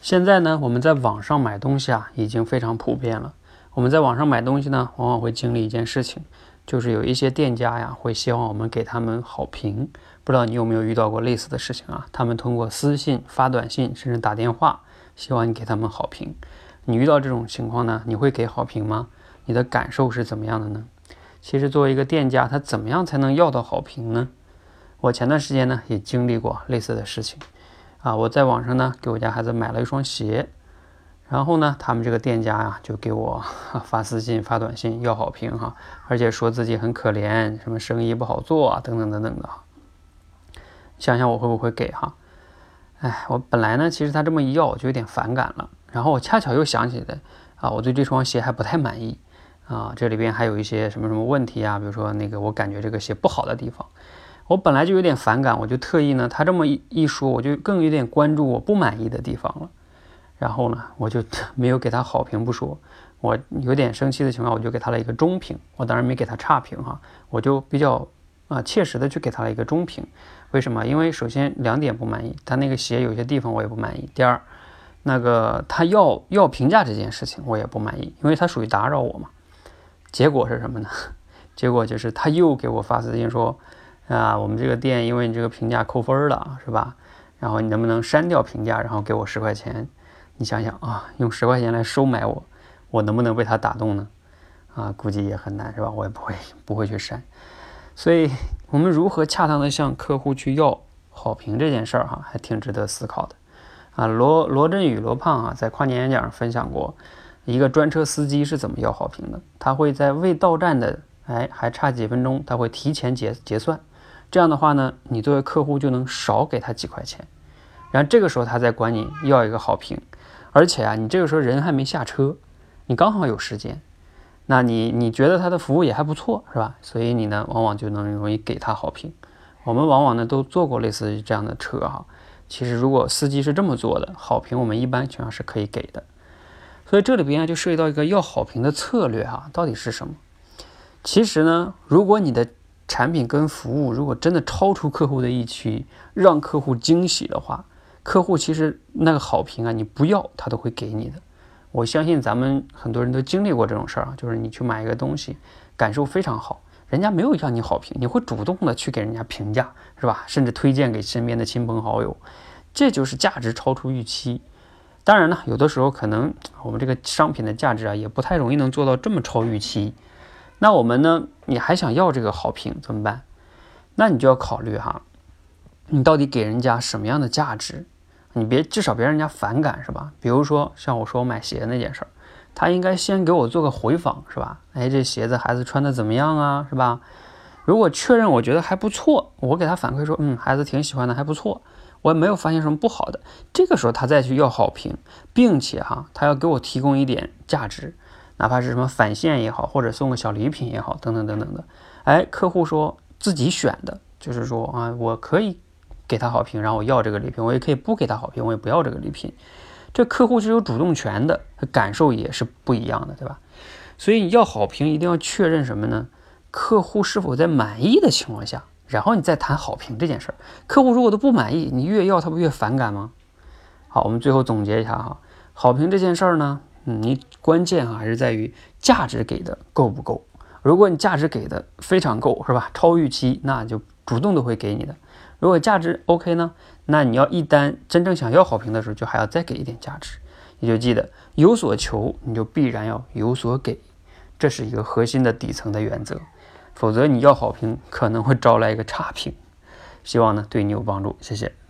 现在呢，我们在网上买东西啊，已经非常普遍了。我们在网上买东西呢，往往会经历一件事情，就是有一些店家呀，会希望我们给他们好评。不知道你有没有遇到过类似的事情啊？他们通过私信、发短信，甚至打电话，希望你给他们好评。你遇到这种情况呢，你会给好评吗？你的感受是怎么样的呢？其实作为一个店家，他怎么样才能要到好评呢？我前段时间呢，也经历过类似的事情。我在网上呢给我家孩子买了一双鞋，然后呢他们这个店家呀就给我发私信发短信要好评哈，而且说自己很可怜，什么生意不好做啊等等等等的。想想我会不会给哈？我本来呢其实他这么一要我就有点反感了，然后我恰巧又想起来我对这双鞋还不太满意这里边还有一些什么什么问题啊，比如说那个我感觉这个鞋不好的地方。我本来就有点反感，我就特意呢，他这么一说，我就更有点关注我不满意的地方了。然后呢，我就没有给他好评不说，我有点生气的情况，我就给他了一个中评。我当然没给他差评哈，我就比较切实的去给他了一个中评。为什么？因为首先2点不满意，他那个鞋有些地方我也不满意。第二，那个他要评价这件事情我也不满意，因为他属于打扰我嘛。结果是什么呢？结果就是他又给我发私信说。我们这个店因为你这个评价扣分了，是吧？然后你能不能删掉评价，然后给我10块钱？你想想用10块钱来收买我能不能被他打动呢？估计也很难，是吧？我也不会去删。所以我们如何恰当的向客户去要好评这件事儿还挺值得思考的。罗振宇罗胖在跨年演讲上分享过一个专车司机是怎么要好评的。他会在未到站的还差几分钟，他会提前结算。这样的话呢，你作为客户就能少给他几块钱，然后这个时候他再管你要一个好评，而且你这个时候人还没下车，你刚好有时间，那你觉得他的服务也还不错，是吧？所以你呢，往往就能容易给他好评。我们往往呢都坐过类似这样的车其实如果司机是这么做的，好评我们一般情况是可以给的。所以这里边就涉及到一个要好评的策略到底是什么？其实呢，如果你的产品跟服务如果真的超出客户的预期，让客户惊喜的话，客户其实那个好评你不要他都会给你的。我相信咱们很多人都经历过这种事儿就是你去买一个东西感受非常好，人家没有要你好评，你会主动的去给人家评价，是吧？甚至推荐给身边的亲朋好友，这就是价值超出预期。当然呢，有的时候可能我们这个商品的价值也不太容易能做到这么超预期。那我们呢，你还想要这个好评怎么办？那你就要考虑你到底给人家什么样的价值？你至少别让人家反感，是吧？比如说像我说我买鞋那件事儿，他应该先给我做个回访，是吧？这鞋子孩子穿的怎么样啊，是吧？如果确认我觉得还不错，我给他反馈说孩子挺喜欢的，还不错，我也没有发现什么不好的，这个时候他再去要好评，并且他要给我提供一点价值，哪怕是什么返现也好，或者送个小礼品也好，等等等等的。客户说自己选的，就是说我可以给他好评，然后我要这个礼品，我也可以不给他好评，我也不要这个礼品。这客户是有主动权的，感受也是不一样的，对吧？所以你要好评一定要确认什么呢？客户是否在满意的情况下，然后你再谈好评这件事儿。客户如果都不满意，你越要他不越反感吗？好，我们最后总结一下好评这件事儿呢，你关键还是在于价值给的够不够。如果你价值给的非常够，是吧？超预期，那就主动都会给你的。如果价值 OK 呢，那你要一旦真正想要好评的时候，就还要再给一点价值。你就记得有所求，你就必然要有所给，这是一个核心的底层的原则。否则你要好评可能会招来一个差评。希望呢对你有帮助，谢谢。